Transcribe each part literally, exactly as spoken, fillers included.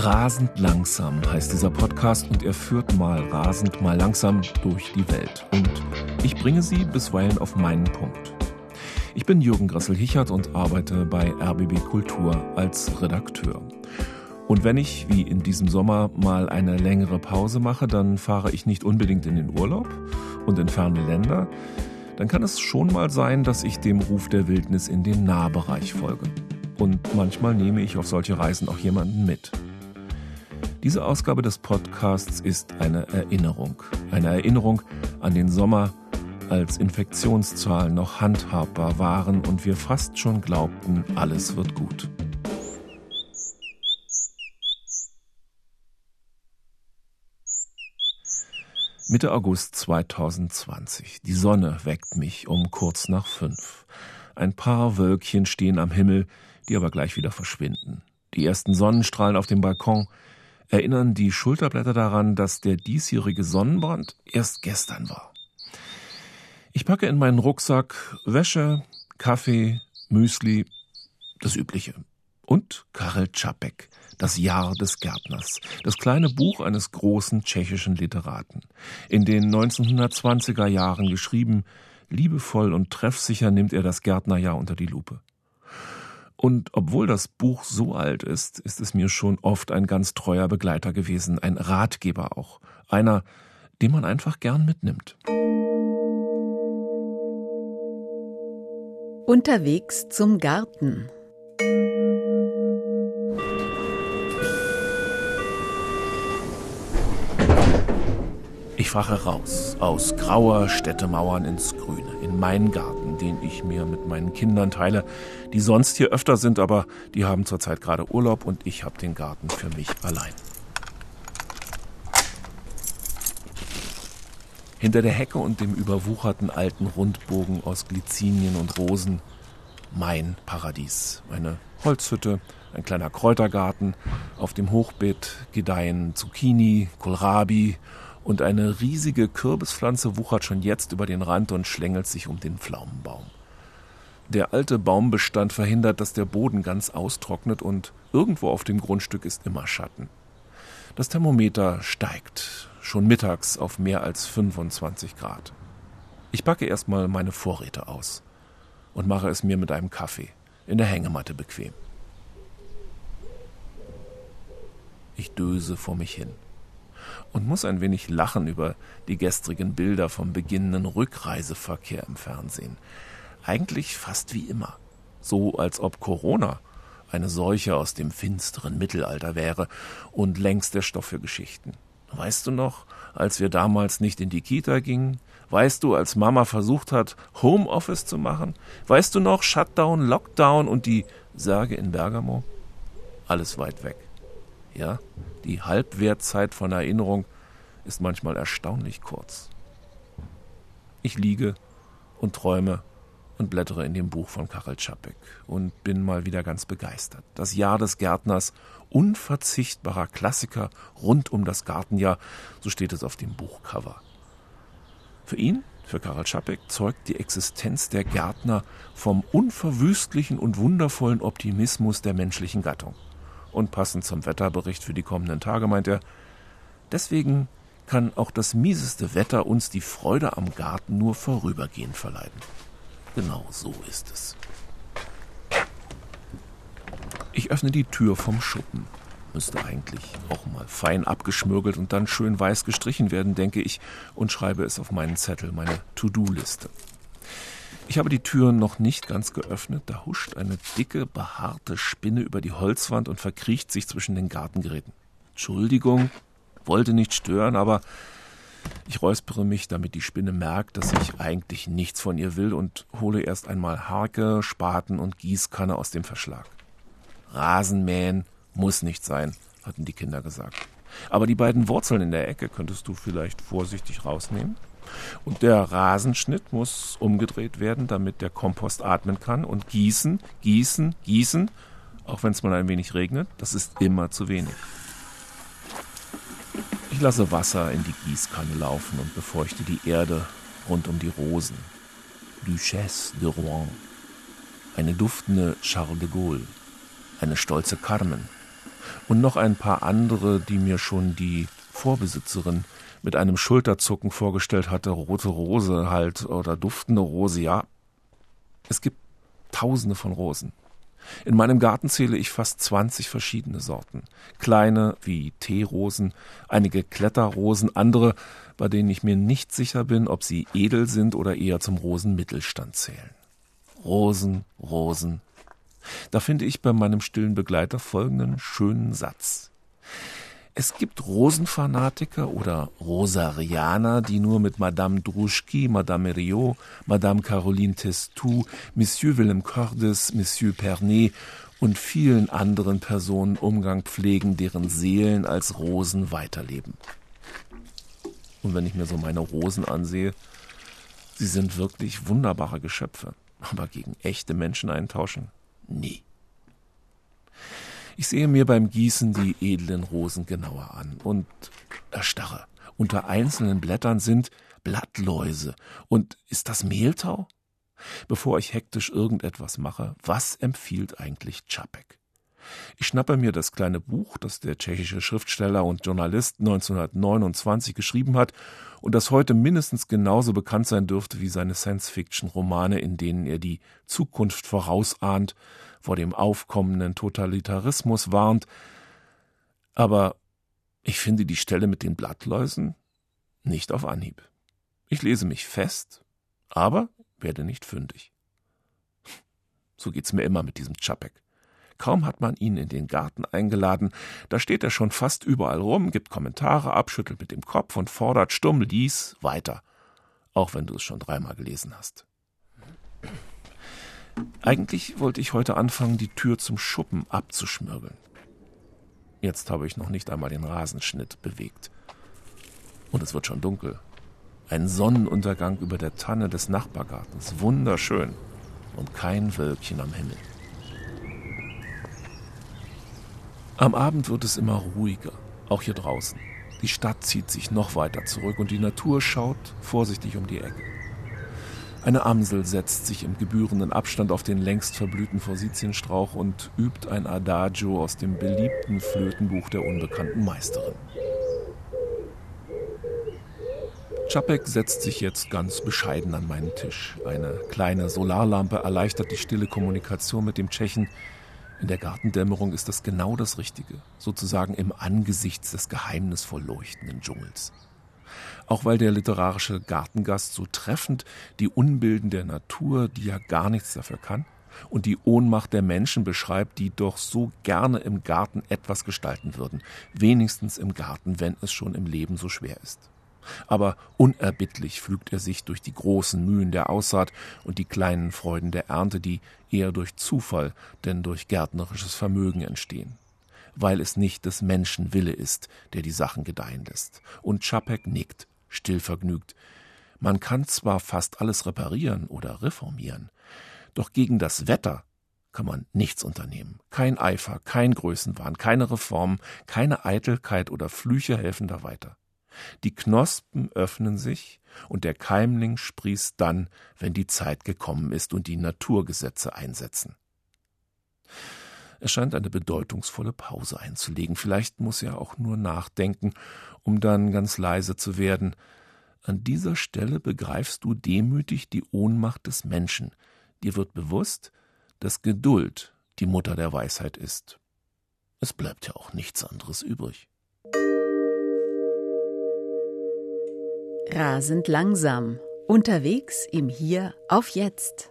Rasend langsam heißt dieser Podcast und er führt mal rasend, mal langsam durch die Welt. Und ich bringe Sie bisweilen auf meinen Punkt. Ich bin Jürgen Grassel-Hichert und arbeite bei R B B Kultur als Redakteur. Und wenn ich, wie in diesem Sommer, mal eine längere Pause mache, dann fahre ich nicht unbedingt in den Urlaub und in ferne Länder. Dann kann es schon mal sein, dass ich dem Ruf der Wildnis in den Nahbereich folge. Und manchmal nehme ich auf solche Reisen auch jemanden mit. Diese Ausgabe des Podcasts ist eine Erinnerung. Eine Erinnerung an den Sommer, als Infektionszahlen noch handhabbar waren und wir fast schon glaubten, alles wird gut. Mitte August zweitausendzwanzig. Die Sonne weckt mich um kurz nach fünf. Ein paar Wölkchen stehen am Himmel, die aber gleich wieder verschwinden. Die ersten Sonnenstrahlen auf dem Balkon erinnern die Schulterblätter daran, dass der diesjährige Sonnenbrand erst gestern war. Ich packe in meinen Rucksack Wäsche, Kaffee, Müsli, das Übliche. Und Karel Čapek, das Jahr des Gärtners, das kleine Buch eines großen tschechischen Literaten. In den neunzehnhundertzwanziger Jahren geschrieben, liebevoll und treffsicher nimmt er das Gärtnerjahr unter die Lupe. Und obwohl das Buch so alt ist, ist es mir schon oft ein ganz treuer Begleiter gewesen, ein Ratgeber auch, einer, den man einfach gern mitnimmt. Unterwegs zum Garten. Ich fache raus, aus grauer Städtemauern ins Grüne, in meinen Garten, den ich mir mit meinen Kindern teile, die sonst hier öfter sind, aber die haben zurzeit gerade Urlaub und ich habe den Garten für mich allein. Hinter der Hecke und dem überwucherten alten Rundbogen aus Glycinien und Rosen mein Paradies, meine Holzhütte, ein kleiner Kräutergarten, auf dem Hochbeet gedeihen Zucchini, Kohlrabi und eine riesige Kürbispflanze wuchert schon jetzt über den Rand und schlängelt sich um den Pflaumenbaum. Der alte Baumbestand verhindert, dass der Boden ganz austrocknet und irgendwo auf dem Grundstück ist immer Schatten. Das Thermometer steigt, schon mittags auf mehr als fünfundzwanzig Grad. Ich packe erstmal meine Vorräte aus und mache es mir mit einem Kaffee in der Hängematte bequem. Ich döse vor mich hin und muss ein wenig lachen über die gestrigen Bilder vom beginnenden Rückreiseverkehr im Fernsehen. Eigentlich fast wie immer. So als ob Corona eine Seuche aus dem finsteren Mittelalter wäre und längst der Stoff für Geschichten. Weißt du noch, als wir damals nicht in die Kita gingen? Weißt du, als Mama versucht hat, Homeoffice zu machen? Weißt du noch, Shutdown, Lockdown und die Särge in Bergamo? Alles weit weg. Ja, die Halbwertzeit von Erinnerung ist manchmal erstaunlich kurz. Ich liege und träume und blättere in dem Buch von Karel Čapek und bin mal wieder ganz begeistert. Das Jahr des Gärtners, unverzichtbarer Klassiker rund um das Gartenjahr, so steht es auf dem Buchcover. Für ihn, für Karel Čapek, zeugt die Existenz der Gärtner vom unverwüstlichen und wundervollen Optimismus der menschlichen Gattung. Und passend zum Wetterbericht für die kommenden Tage meint er, deswegen kann auch das mieseste Wetter uns die Freude am Garten nur vorübergehend verleiden. Genau so ist es. Ich öffne die Tür vom Schuppen. Müsste eigentlich auch mal fein abgeschmürgelt und dann schön weiß gestrichen werden, denke ich, und schreibe es auf meinen Zettel, meine To-Do-Liste. Ich habe die Tür noch nicht ganz geöffnet, da huscht eine dicke, behaarte Spinne über die Holzwand und verkriecht sich zwischen den Gartengeräten. Entschuldigung, wollte nicht stören, aber ich räuspere mich, damit die Spinne merkt, dass ich eigentlich nichts von ihr will und hole erst einmal Harke, Spaten und Gießkanne aus dem Verschlag. Rasenmähen muss nicht sein, hatten die Kinder gesagt. Aber die beiden Wurzeln in der Ecke könntest du vielleicht vorsichtig rausnehmen. Und der Rasenschnitt muss umgedreht werden, damit der Kompost atmen kann. Und gießen, gießen, gießen, auch wenn es mal ein wenig regnet, das ist immer zu wenig. Ich lasse Wasser in die Gießkanne laufen und befeuchte die Erde rund um die Rosen. Duchesse de Rouen, eine duftende Charles de Gaulle, eine stolze Carmen Und noch ein paar andere, die mir schon die Vorbesitzerin mit einem Schulterzucken vorgestellt hatte, rote Rose halt oder duftende Rose, ja. Es gibt tausende von Rosen. In meinem Garten zähle ich fast zwanzig verschiedene Sorten. Kleine wie Teerosen, einige Kletterrosen, andere, bei denen ich mir nicht sicher bin, ob sie edel sind oder eher zum Rosenmittelstand zählen. Rosen, Rosen. Da finde ich bei meinem stillen Begleiter folgenden schönen Satz. Es gibt Rosenfanatiker oder Rosarianer, die nur mit Madame Druschki, Madame Herriot, Madame Caroline Testoux, Monsieur Willem Cordes, Monsieur Pernet und vielen anderen Personen Umgang pflegen, deren Seelen als Rosen weiterleben. Und wenn ich mir so meine Rosen ansehe, sie sind wirklich wunderbare Geschöpfe. Aber gegen echte Menschen eintauschen? Nie. Ich sehe mir beim Gießen die edlen Rosen genauer an und erstarre. Unter einzelnen Blättern sind Blattläuse. Und ist das Mehltau? Bevor ich hektisch irgendetwas mache, was empfiehlt eigentlich Čapek? Ich schnappe mir das kleine Buch, das der tschechische Schriftsteller und Journalist neunzehnhundertneunundzwanzig geschrieben hat und das heute mindestens genauso bekannt sein dürfte wie seine Science-Fiction-Romane, in denen er die Zukunft vorausahnt, vor dem aufkommenden Totalitarismus warnt. Aber ich finde die Stelle mit den Blattläusen nicht auf Anhieb. Ich lese mich fest, aber werde nicht fündig. So geht's mir immer mit diesem Čapek. Kaum hat man ihn in den Garten eingeladen, da steht er schon fast überall rum, gibt Kommentare ab, schüttelt mit dem Kopf und fordert stumm, lies weiter, auch wenn du es schon dreimal gelesen hast. Eigentlich wollte ich heute anfangen, die Tür zum Schuppen abzuschmirgeln. Jetzt habe ich noch nicht einmal den Rasenschnitt bewegt. Und es wird schon dunkel. Ein Sonnenuntergang über der Tanne des Nachbargartens, wunderschön und kein Wölkchen am Himmel. Am Abend wird es immer ruhiger, auch hier draußen. Die Stadt zieht sich noch weiter zurück und die Natur schaut vorsichtig um die Ecke. Eine Amsel setzt sich im gebührenden Abstand auf den längst verblühten Forsythienstrauch und übt ein Adagio aus dem beliebten Flötenbuch der unbekannten Meisterin. Čapek setzt sich jetzt ganz bescheiden an meinen Tisch. Eine kleine Solarlampe erleichtert die stille Kommunikation mit dem Tschechen. In der Gartendämmerung ist das genau das Richtige, sozusagen im Angesicht des geheimnisvoll leuchtenden Dschungels. Auch weil der literarische Gartengast so treffend die Unbilden der Natur, die ja gar nichts dafür kann, und die Ohnmacht der Menschen beschreibt, die doch so gerne im Garten etwas gestalten würden, wenigstens im Garten, wenn es schon im Leben so schwer ist. Aber unerbittlich pflügt er sich durch die großen Mühen der Aussaat und die kleinen Freuden der Ernte, die eher durch Zufall, denn durch gärtnerisches Vermögen entstehen. Weil es nicht des Menschen Wille ist, der die Sachen gedeihen lässt. Und Čapek nickt, stillvergnügt. Man kann zwar fast alles reparieren oder reformieren, doch gegen das Wetter kann man nichts unternehmen. Kein Eifer, kein Größenwahn, keine Reformen, keine Eitelkeit oder Flüche helfen da weiter. Die Knospen öffnen sich und der Keimling sprießt dann, wenn die Zeit gekommen ist und die Naturgesetze einsetzen. Er scheint eine bedeutungsvolle Pause einzulegen. Vielleicht muss er auch nur nachdenken, um dann ganz leise zu werden. An dieser Stelle begreifst du demütig die Ohnmacht des Menschen. Dir wird bewusst, dass Geduld die Mutter der Weisheit ist. Es bleibt ja auch nichts anderes übrig. Rasend langsam. Unterwegs im Hier auf Jetzt.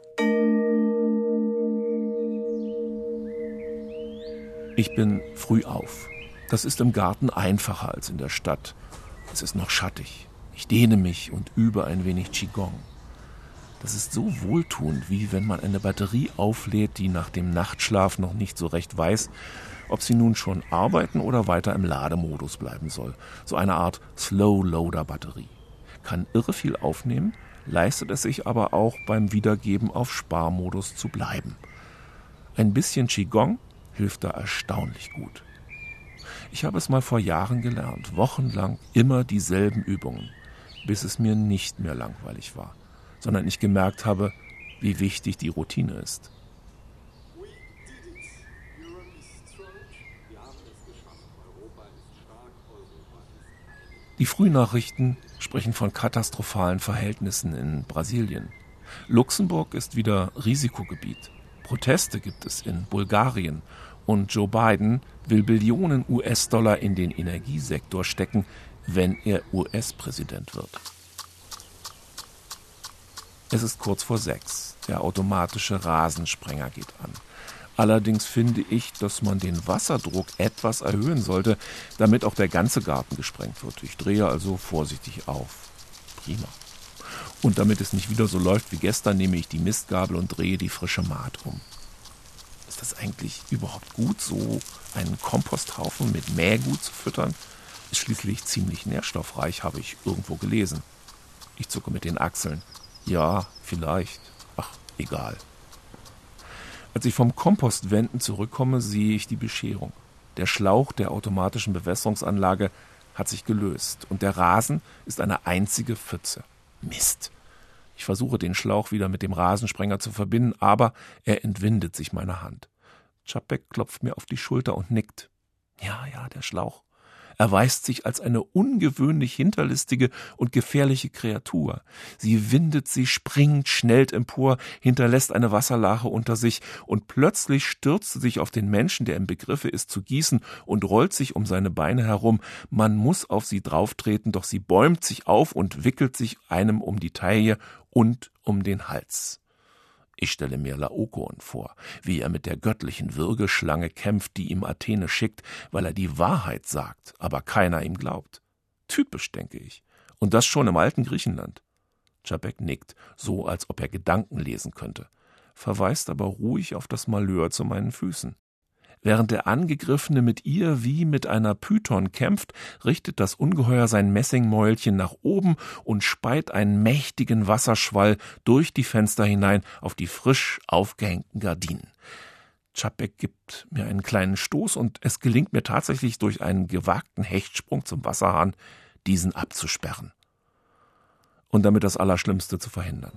Ich bin früh auf. Das ist im Garten einfacher als in der Stadt. Es ist noch schattig. Ich dehne mich und übe ein wenig Qigong. Das ist so wohltuend, wie wenn man eine Batterie auflädt, die nach dem Nachtschlaf noch nicht so recht weiß, ob sie nun schon arbeiten oder weiter im Lademodus bleiben soll. So eine Art Slow-Loader-Batterie. Kann irre viel aufnehmen, leistet es sich aber auch beim Wiedergeben auf Sparmodus zu bleiben. Ein bisschen Qigong hilft da erstaunlich gut. Ich habe es mal vor Jahren gelernt, wochenlang immer dieselben Übungen, bis es mir nicht mehr langweilig war, sondern ich gemerkt habe, wie wichtig die Routine ist. Die Frühnachrichten sprechen von katastrophalen Verhältnissen in Brasilien. Luxemburg ist wieder Risikogebiet. Proteste gibt es in Bulgarien. Und Joe Biden will Billionen U S-Dollar in den Energiesektor stecken, wenn er U S-Präsident wird. Es ist kurz vor sechs. Der automatische Rasensprenger geht an. Allerdings finde ich, dass man den Wasserdruck etwas erhöhen sollte, damit auch der ganze Garten gesprengt wird. Ich drehe also vorsichtig auf. Prima. Und damit es nicht wieder so läuft wie gestern, nehme ich die Mistgabel und drehe die frische Maat um. Ist das eigentlich überhaupt gut, so einen Komposthaufen mit Mähgut zu füttern? Ist schließlich ziemlich nährstoffreich, habe ich irgendwo gelesen. Ich zucke mit den Achseln. Ja, vielleicht. Ach, egal. Als ich vom Kompostwenden zurückkomme, sehe ich die Bescherung. Der Schlauch der automatischen Bewässerungsanlage hat sich gelöst und der Rasen ist eine einzige Pfütze. Mist! Ich versuche, den Schlauch wieder mit dem Rasensprenger zu verbinden, aber er entwindet sich meiner Hand. Čapek klopft mir auf die Schulter und nickt. Ja, ja, der Schlauch. Erweist sich als eine ungewöhnlich hinterlistige und gefährliche Kreatur. Sie windet, sie springt, schnellt empor, hinterlässt eine Wasserlache unter sich und plötzlich stürzt sie sich auf den Menschen, der im Begriffe ist zu gießen und rollt sich um seine Beine herum. Man muss auf sie drauftreten, doch sie bäumt sich auf und wickelt sich einem um die Taille und um den Hals. Ich stelle mir Laokoon vor, wie er mit der göttlichen Würgeschlange kämpft, die ihm Athene schickt, weil er die Wahrheit sagt, aber keiner ihm glaubt. Typisch, denke ich. Und das schon im alten Griechenland. Čapek nickt, so als ob er Gedanken lesen könnte, verweist aber ruhig auf das Malheur zu meinen Füßen. Während der Angegriffene mit ihr wie mit einer Python kämpft, richtet das Ungeheuer sein Messingmäulchen nach oben und speit einen mächtigen Wasserschwall durch die Fenster hinein auf die frisch aufgehängten Gardinen. Čapek gibt mir einen kleinen Stoß und es gelingt mir tatsächlich durch einen gewagten Hechtsprung zum Wasserhahn, diesen abzusperren und damit das Allerschlimmste zu verhindern.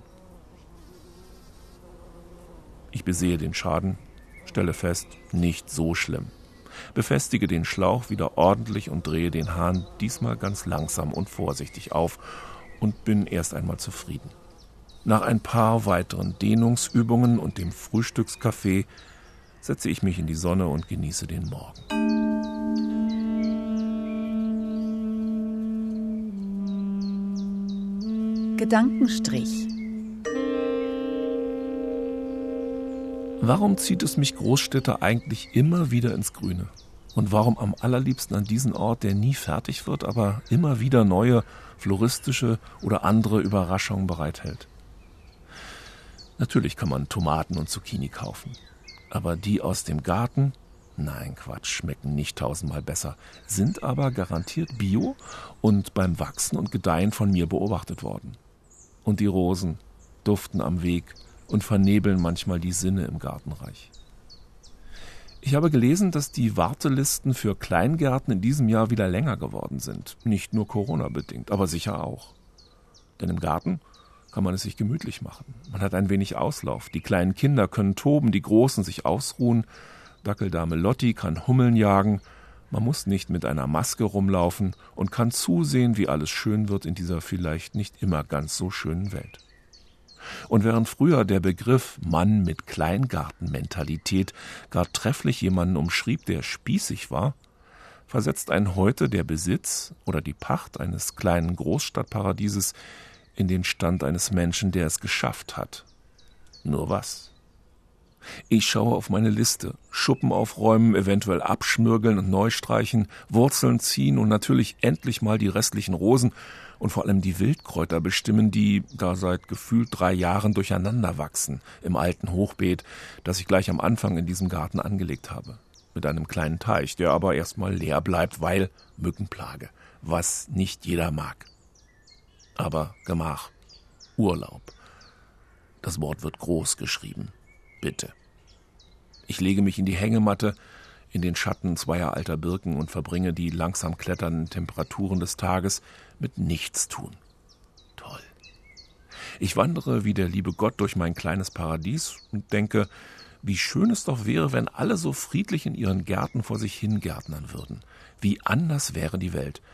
Ich besehe den Schaden, stelle fest, nicht so schlimm. Befestige den Schlauch wieder ordentlich und drehe den Hahn diesmal ganz langsam und vorsichtig auf und bin erst einmal zufrieden. Nach ein paar weiteren Dehnungsübungen und dem Frühstückskaffee setze ich mich in die Sonne und genieße den Morgen. Gedankenstrich. Warum zieht es mich Großstädter eigentlich immer wieder ins Grüne? Und warum am allerliebsten an diesen Ort, der nie fertig wird, aber immer wieder neue, floristische oder andere Überraschungen bereithält? Natürlich kann man Tomaten und Zucchini kaufen. Aber die aus dem Garten? Nein, Quatsch, schmecken nicht tausendmal besser, sind aber garantiert bio und beim Wachsen und Gedeihen von mir beobachtet worden. Und die Rosen duften am Weg und vernebeln manchmal die Sinne im Gartenreich. Ich habe gelesen, dass die Wartelisten für Kleingärten in diesem Jahr wieder länger geworden sind. Nicht nur Corona-bedingt, aber sicher auch. Denn im Garten kann man es sich gemütlich machen. Man hat ein wenig Auslauf. Die kleinen Kinder können toben, die Großen sich ausruhen. Dackeldame Lotti kann Hummeln jagen. Man muss nicht mit einer Maske rumlaufen und kann zusehen, wie alles schön wird in dieser vielleicht nicht immer ganz so schönen Welt. Und während früher der Begriff Mann mit Kleingartenmentalität gar trefflich jemanden umschrieb, der spießig war, versetzt einen heute der Besitz oder die Pacht eines kleinen Großstadtparadieses in den Stand eines Menschen, der es geschafft hat. Nur was? Ich schaue auf meine Liste. Schuppen aufräumen, eventuell abschmürgeln und neu streichen, Wurzeln ziehen und natürlich endlich mal die restlichen Rosen und vor allem die Wildkräuter bestimmen, die da seit gefühlt drei Jahren durcheinander wachsen im alten Hochbeet, das ich gleich am Anfang in diesem Garten angelegt habe. Mit einem kleinen Teich, der aber erstmal leer bleibt, weil Mückenplage, was nicht jeder mag. Aber Gemach, Urlaub. Das Wort wird groß geschrieben. Bitte. Ich lege mich in die Hängematte, in den Schatten zweier alter Birken und verbringe die langsam kletternden Temperaturen des Tages mit Nichtstun. Toll. Ich wandere wie der liebe Gott durch mein kleines Paradies und denke, wie schön es doch wäre, wenn alle so friedlich in ihren Gärten vor sich hingärtnern würden. Wie anders wäre die Welt.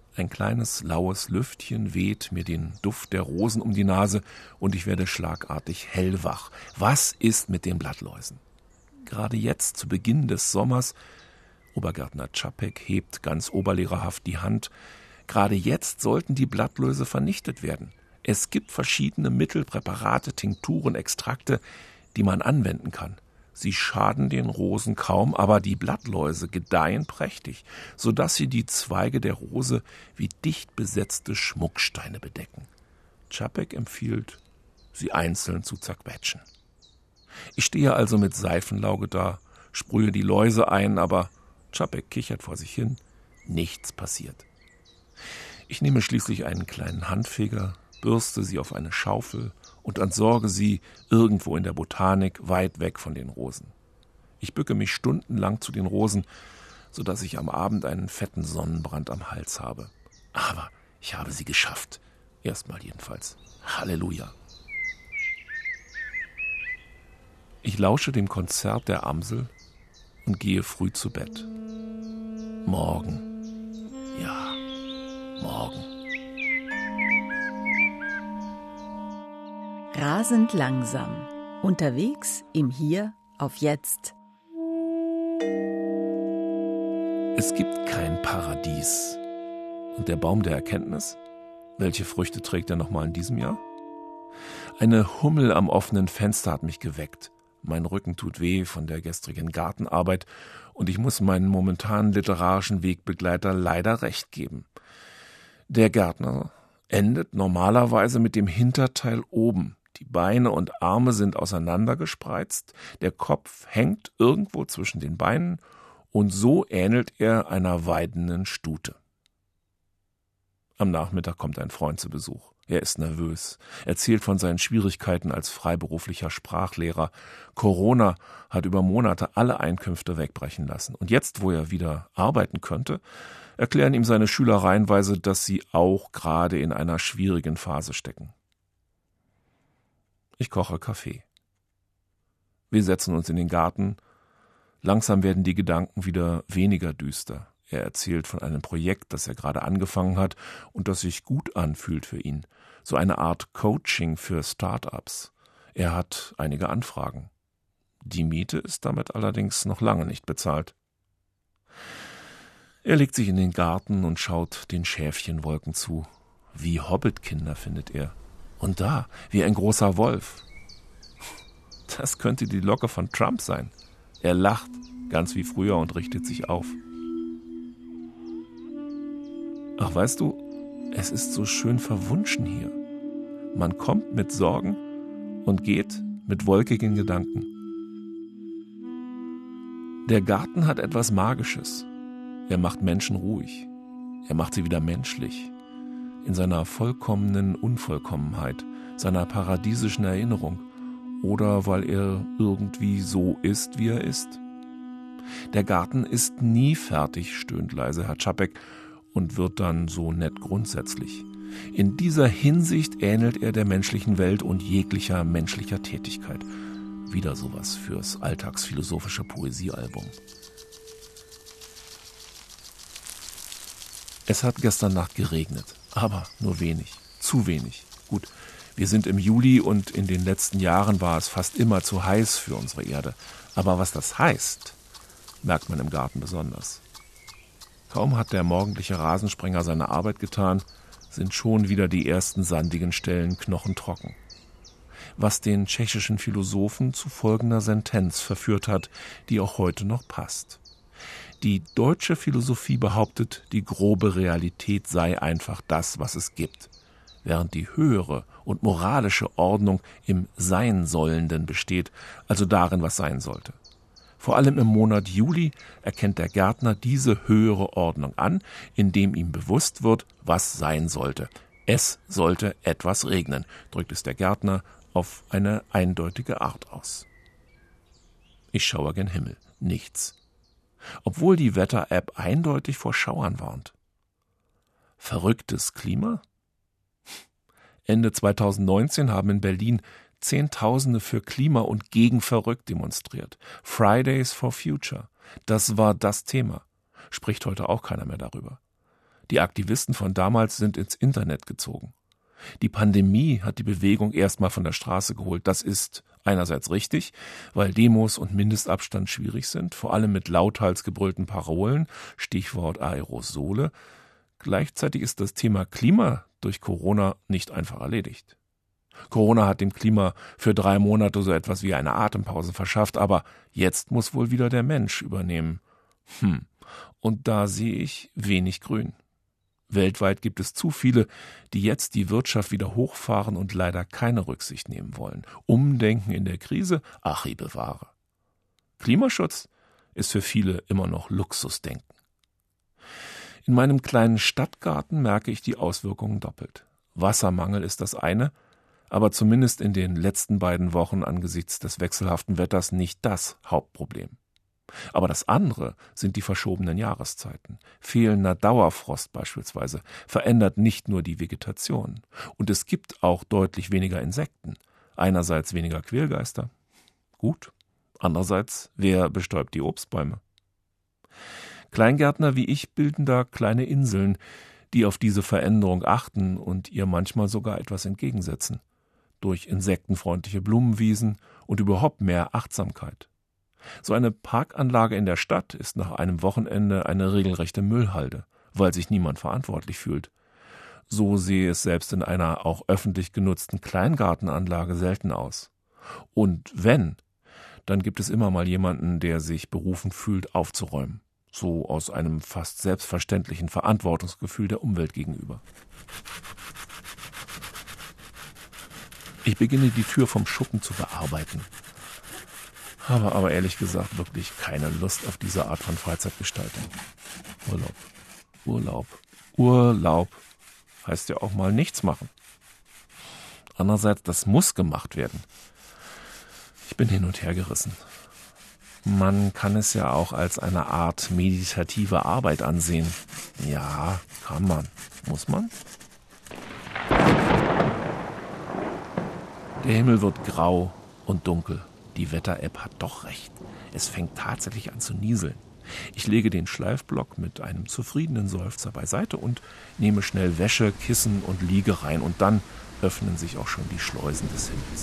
Ein kleines, laues Lüftchen weht mir den Duft der Rosen um die Nase und ich werde schlagartig hellwach. Was ist mit den Blattläusen? Gerade jetzt, zu Beginn des Sommers, Obergärtner Čapek hebt ganz oberlehrerhaft die Hand, gerade jetzt sollten die Blattläuse vernichtet werden. Es gibt verschiedene Mittel, Präparate, Tinkturen, Extrakte, die man anwenden kann. Sie schaden den Rosen kaum, aber die Blattläuse gedeihen prächtig, sodass sie die Zweige der Rose wie dicht besetzte Schmucksteine bedecken. Čapek empfiehlt, sie einzeln zu zerquetschen. Ich stehe also mit Seifenlauge da, sprühe die Läuse ein, aber Čapek kichert vor sich hin, nichts passiert. Ich nehme schließlich einen kleinen Handfeger, bürste sie auf eine Schaufel und entsorge sie irgendwo in der Botanik, weit weg von den Rosen. Ich bücke mich stundenlang zu den Rosen, sodass ich am Abend einen fetten Sonnenbrand am Hals habe. Aber ich habe sie geschafft. Erstmal jedenfalls. Halleluja. Ich lausche dem Konzert der Amsel und gehe früh zu Bett. Morgen. Ja, morgen. Rasend langsam. Unterwegs im Hier auf Jetzt. Es gibt kein Paradies. Und der Baum der Erkenntnis? Welche Früchte trägt er nochmal in diesem Jahr? Eine Hummel am offenen Fenster hat mich geweckt. Mein Rücken tut weh von der gestrigen Gartenarbeit und ich muss meinen momentanen literarischen Wegbegleiter leider recht geben. Der Gärtner endet normalerweise mit dem Hinterteil oben. Die Beine und Arme sind auseinandergespreizt, der Kopf hängt irgendwo zwischen den Beinen und so ähnelt er einer weidenden Stute. Am Nachmittag kommt ein Freund zu Besuch. Er ist nervös, erzählt von seinen Schwierigkeiten als freiberuflicher Sprachlehrer. Corona hat über Monate alle Einkünfte wegbrechen lassen. Und jetzt, wo er wieder arbeiten könnte, erklären ihm seine Schüler reihenweise, dass sie auch gerade in einer schwierigen Phase stecken. Ich koche Kaffee. Wir setzen uns in den Garten. Langsam werden die Gedanken wieder weniger düster. Er erzählt von einem Projekt, das er gerade angefangen hat und das sich gut anfühlt für ihn. So eine Art Coaching für Start-ups. Er hat einige Anfragen. Die Miete ist damit allerdings noch lange nicht bezahlt. Er legt sich in den Garten und schaut den Schäfchenwolken zu. Wie Hobbitkinder, findet er. Und da, wie ein großer Wolf. Das könnte die Locke von Trump sein. Er lacht, ganz wie früher, und richtet sich auf. Ach, weißt du, es ist so schön verwunschen hier. Man kommt mit Sorgen und geht mit wolkigen Gedanken. Der Garten hat etwas Magisches. Er macht Menschen ruhig. Er macht sie wieder menschlich. In seiner vollkommenen Unvollkommenheit, seiner paradiesischen Erinnerung oder weil er irgendwie so ist, wie er ist. Der Garten ist nie fertig, stöhnt leise Herr Čapek und wird dann so nett grundsätzlich. In dieser Hinsicht ähnelt er der menschlichen Welt und jeglicher menschlicher Tätigkeit. Wieder sowas fürs alltagsphilosophische Poesiealbum. Es hat gestern Nacht geregnet, aber nur wenig, zu wenig. Gut, wir sind im Juli und in den letzten Jahren war es fast immer zu heiß für unsere Erde. Aber was das heißt, merkt man im Garten besonders. Kaum hat der morgendliche Rasensprenger seine Arbeit getan, sind schon wieder die ersten sandigen Stellen knochentrocken. Was den tschechischen Philosophen zu folgender Sentenz verführt hat, die auch heute noch passt. Die deutsche Philosophie behauptet, die grobe Realität sei einfach das, was es gibt, während die höhere und moralische Ordnung im Sein-Sollenden besteht, also darin, was sein sollte. Vor allem im Monat Juli erkennt der Gärtner diese höhere Ordnung an, indem ihm bewusst wird, was sein sollte. Es sollte etwas regnen, drückt es der Gärtner auf eine eindeutige Art aus. Ich schaue gen Himmel. Nichts. Obwohl die Wetter-App eindeutig vor Schauern warnt. Verrücktes Klima? Ende zweitausendneunzehn haben in Berlin Zehntausende für Klima und gegen Verrückt demonstriert. Fridays for Future. Das war das Thema. Spricht heute auch keiner mehr darüber. Die Aktivisten von damals sind ins Internet gezogen. Die Pandemie hat die Bewegung erstmal von der Straße geholt. Das ist einerseits richtig, weil Demos und Mindestabstand schwierig sind, vor allem mit lauthals gebrüllten Parolen, Stichwort Aerosole. Gleichzeitig ist das Thema Klima durch Corona nicht einfach erledigt. Corona hat dem Klima für drei Monate so etwas wie eine Atempause verschafft, aber jetzt muss wohl wieder der Mensch übernehmen. Hm, und da sehe ich wenig Grün. Weltweit gibt es zu viele, die jetzt die Wirtschaft wieder hochfahren und leider keine Rücksicht nehmen wollen. Umdenken in der Krise, ach, ich bewahre. Klimaschutz ist für viele immer noch Luxusdenken. In meinem kleinen Stadtgarten merke ich die Auswirkungen doppelt. Wassermangel ist das eine, aber zumindest in den letzten beiden Wochen angesichts des wechselhaften Wetters nicht das Hauptproblem. Aber das andere sind die verschobenen Jahreszeiten. Fehlender Dauerfrost beispielsweise verändert nicht nur die Vegetation. Und es gibt auch deutlich weniger Insekten. Einerseits weniger Quälgeister. Gut. Andererseits, wer bestäubt die Obstbäume? Kleingärtner wie ich bilden da kleine Inseln, die auf diese Veränderung achten und ihr manchmal sogar etwas entgegensetzen. Durch insektenfreundliche Blumenwiesen und überhaupt mehr Achtsamkeit. So eine Parkanlage in der Stadt ist nach einem Wochenende eine regelrechte Müllhalde, weil sich niemand verantwortlich fühlt. So sehe es selbst in einer auch öffentlich genutzten Kleingartenanlage selten aus. Und wenn, dann gibt es immer mal jemanden, der sich berufen fühlt, aufzuräumen. So aus einem fast selbstverständlichen Verantwortungsgefühl der Umwelt gegenüber. Ich beginne die Tür vom Schuppen zu bearbeiten. Habe aber ehrlich gesagt wirklich keine Lust auf diese Art von Freizeitgestaltung. Urlaub, Urlaub, Urlaub heißt ja auch mal nichts machen. Andererseits, das muss gemacht werden. Ich bin hin und her gerissen. Man kann es ja auch als eine Art meditative Arbeit ansehen. Ja, kann man. Muss man? Der Himmel wird grau und dunkel. Die Wetter-App hat doch recht. Es fängt tatsächlich an zu nieseln. Ich lege den Schleifblock mit einem zufriedenen Seufzer beiseite und nehme schnell Wäsche, Kissen und Liege rein. Und dann öffnen sich auch schon die Schleusen des Himmels.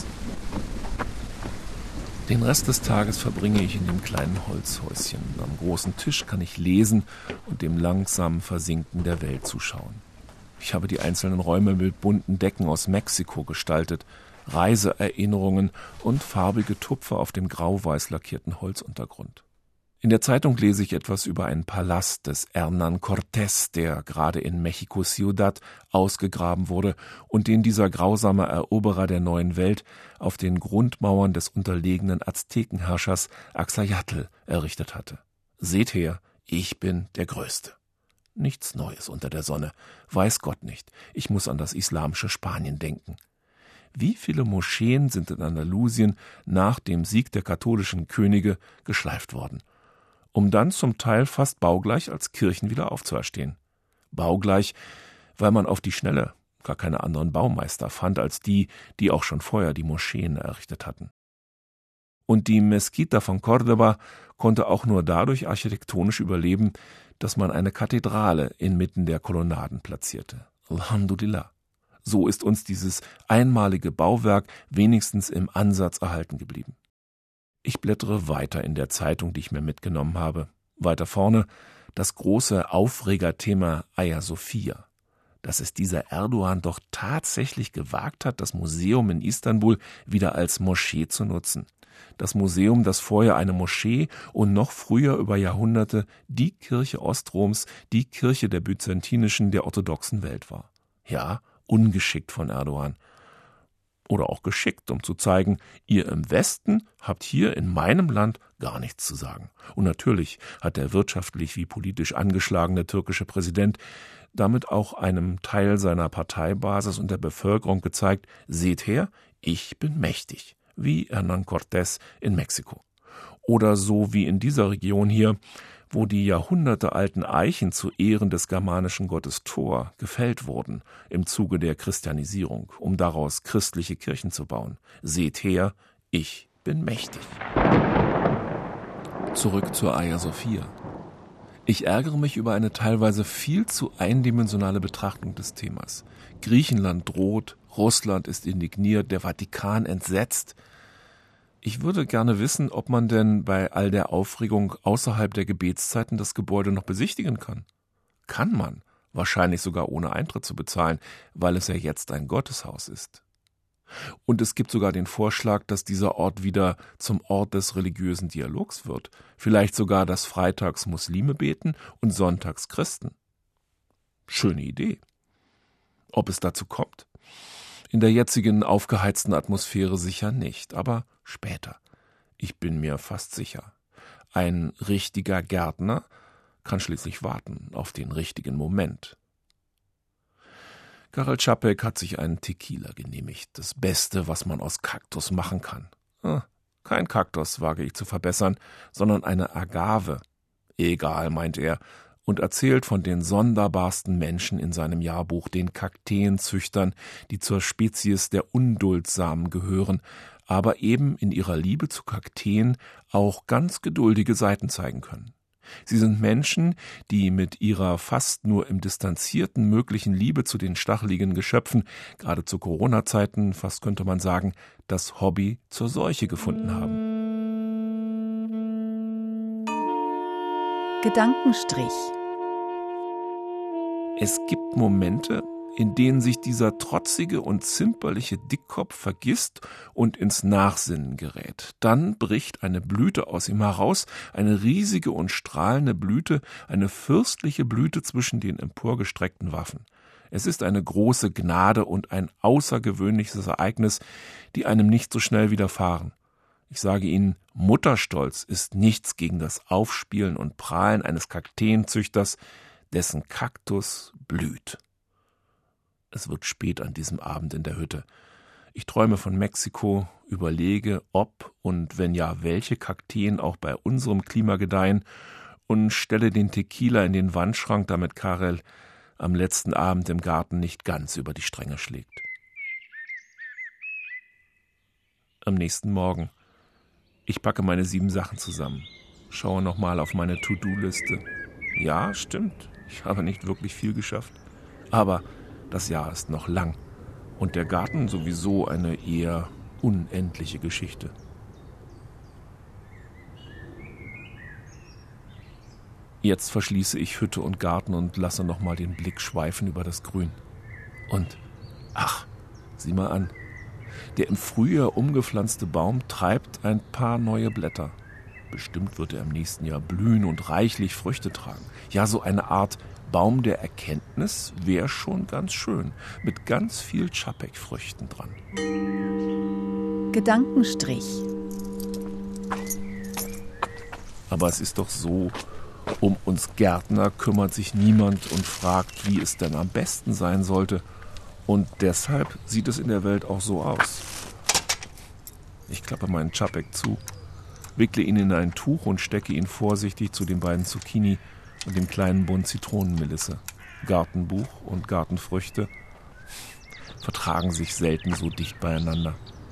Den Rest des Tages verbringe ich in dem kleinen Holzhäuschen. Am großen Tisch kann ich lesen und dem langsamen Versinken der Welt zuschauen. Ich habe die einzelnen Räume mit bunten Decken aus Mexiko gestaltet, Reiseerinnerungen und farbige Tupfer auf dem grau-weiß lackierten Holzuntergrund. In der Zeitung lese ich etwas über einen Palast des Hernán Cortés, der gerade in Mexico Ciudad ausgegraben wurde und den dieser grausame Eroberer der neuen Welt auf den Grundmauern des unterlegenen Aztekenherrschers Axayatl errichtet hatte. Seht her, ich bin der Größte. Nichts Neues unter der Sonne, weiß Gott nicht. Ich muss an das islamische Spanien denken. Wie viele Moscheen sind in Andalusien nach dem Sieg der katholischen Könige geschleift worden, um dann zum Teil fast baugleich als Kirchen wieder aufzuerstehen. Baugleich, weil man auf die Schnelle gar keine anderen Baumeister fand als die, die auch schon vorher die Moscheen errichtet hatten. Und die Mezquita von Córdoba konnte auch nur dadurch architektonisch überleben, dass man eine Kathedrale inmitten der Kolonnaden platzierte. Alhamdulillah. So ist uns dieses einmalige Bauwerk wenigstens im Ansatz erhalten geblieben. Ich blättere weiter in der Zeitung, die ich mir mitgenommen habe. Weiter vorne das große Aufregerthema Hagia Sophia. Dass es dieser Erdogan doch tatsächlich gewagt hat, das Museum in Istanbul wieder als Moschee zu nutzen. Das Museum, das vorher eine Moschee und noch früher über Jahrhunderte die Kirche Ostroms, die Kirche der byzantinischen, der orthodoxen Welt war. Ja, ungeschickt von Erdogan. Oder auch geschickt, um zu zeigen, ihr im Westen habt hier in meinem Land gar nichts zu sagen. Und natürlich hat der wirtschaftlich wie politisch angeschlagene türkische Präsident damit auch einem Teil seiner Parteibasis und der Bevölkerung gezeigt, seht her, ich bin mächtig, wie Hernán Cortés in Mexiko. Oder so wie in dieser Region hier, wo die jahrhundertealten Eichen zu Ehren des germanischen Gottes Thor gefällt wurden im Zuge der Christianisierung, um daraus christliche Kirchen zu bauen. Seht her, ich bin mächtig. Zurück zur Hagia Sophia. Ich ärgere mich über eine teilweise viel zu eindimensionale Betrachtung des Themas. Griechenland droht, Russland ist indigniert, der Vatikan entsetzt. Ich würde gerne wissen, ob man denn bei all der Aufregung außerhalb der Gebetszeiten das Gebäude noch besichtigen kann. Kann man, wahrscheinlich sogar ohne Eintritt zu bezahlen, weil es ja jetzt ein Gotteshaus ist. Und es gibt sogar den Vorschlag, dass dieser Ort wieder zum Ort des religiösen Dialogs wird. Vielleicht sogar, dass freitags Muslime beten und sonntags Christen. Schöne Idee. Ob es dazu kommt? In der jetzigen aufgeheizten Atmosphäre sicher nicht, aber später. Ich bin mir fast sicher. Ein richtiger Gärtner kann schließlich warten auf den richtigen Moment. Karel Čapek hat sich einen Tequila genehmigt. Das Beste, was man aus Kaktus machen kann. Ah, kein Kaktus, wage ich zu verbessern, sondern eine Agave. Egal, meint er, und erzählt von den sonderbarsten Menschen in seinem Jahrbuch, den Kakteenzüchtern, die zur Spezies der Unduldsamen gehören, aber eben in ihrer Liebe zu Kakteen auch ganz geduldige Seiten zeigen können. Sie sind Menschen, die mit ihrer fast nur im Distanzierten möglichen Liebe zu den stacheligen Geschöpfen, gerade zu Corona-Zeiten, fast könnte man sagen, das Hobby zur Seuche gefunden haben. Gedankenstrich. Es gibt Momente, in denen sich dieser trotzige und zimperliche Dickkopf vergisst und ins Nachsinnen gerät. Dann bricht eine Blüte aus ihm heraus, eine riesige und strahlende Blüte, eine fürstliche Blüte zwischen den emporgestreckten Waffen. Es ist eine große Gnade und ein außergewöhnliches Ereignis, die einem nicht so schnell widerfahren. Ich sage Ihnen, Mutterstolz ist nichts gegen das Aufspielen und Prahlen eines Kakteenzüchters, dessen Kaktus blüht. Es wird spät an diesem Abend in der Hütte. Ich träume von Mexiko, überlege, ob und wenn ja, welche Kakteen auch bei unserem Klima gedeihen und stelle den Tequila in den Wandschrank, damit Karel am letzten Abend im Garten nicht ganz über die Stränge schlägt. Am nächsten Morgen. Ich packe meine sieben Sachen zusammen, schaue nochmal auf meine To-Do-Liste. Ja, stimmt, ich habe nicht wirklich viel geschafft, aber das Jahr ist noch lang und der Garten sowieso eine eher unendliche Geschichte. Jetzt verschließe ich Hütte und Garten und lasse nochmal den Blick schweifen über das Grün. Und, ach, sieh mal an, der im Frühjahr umgepflanzte Baum treibt ein paar neue Blätter. Bestimmt wird er im nächsten Jahr blühen und reichlich Früchte tragen. Ja, so eine Art Baum der Erkenntnis wäre schon ganz schön, mit ganz viel Čapek-Früchten dran. Gedankenstrich. Aber es ist doch so, um uns Gärtner kümmert sich niemand und fragt, wie es denn am besten sein sollte. Und deshalb sieht es in der Welt auch so aus. Ich klappe meinen Čapek zu, wickle ihn in ein Tuch und stecke ihn vorsichtig zu den beiden Zucchini und dem kleinen Bund Zitronenmelisse. Gartenbuch und Gartenfrüchte vertragen sich selten so dicht beieinander.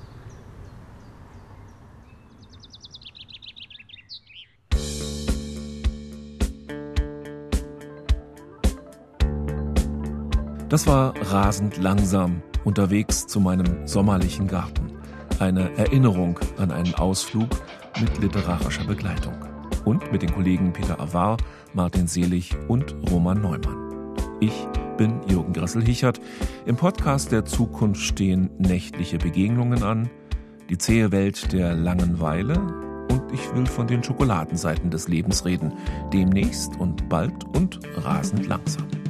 Das war Rasend langsam, unterwegs zu meinem sommerlichen Garten. Eine Erinnerung an einen Ausflug mit literarischer Begleitung. Und mit den Kollegen Peter Avar, Martin Selig und Roman Neumann. Ich bin Jürgen Gressel-Hichert. Im Podcast der Zukunft stehen nächtliche Begegnungen an, die zähe Welt der Langenweile und ich will von den Schokoladenseiten des Lebens reden. Demnächst und bald und rasend langsam.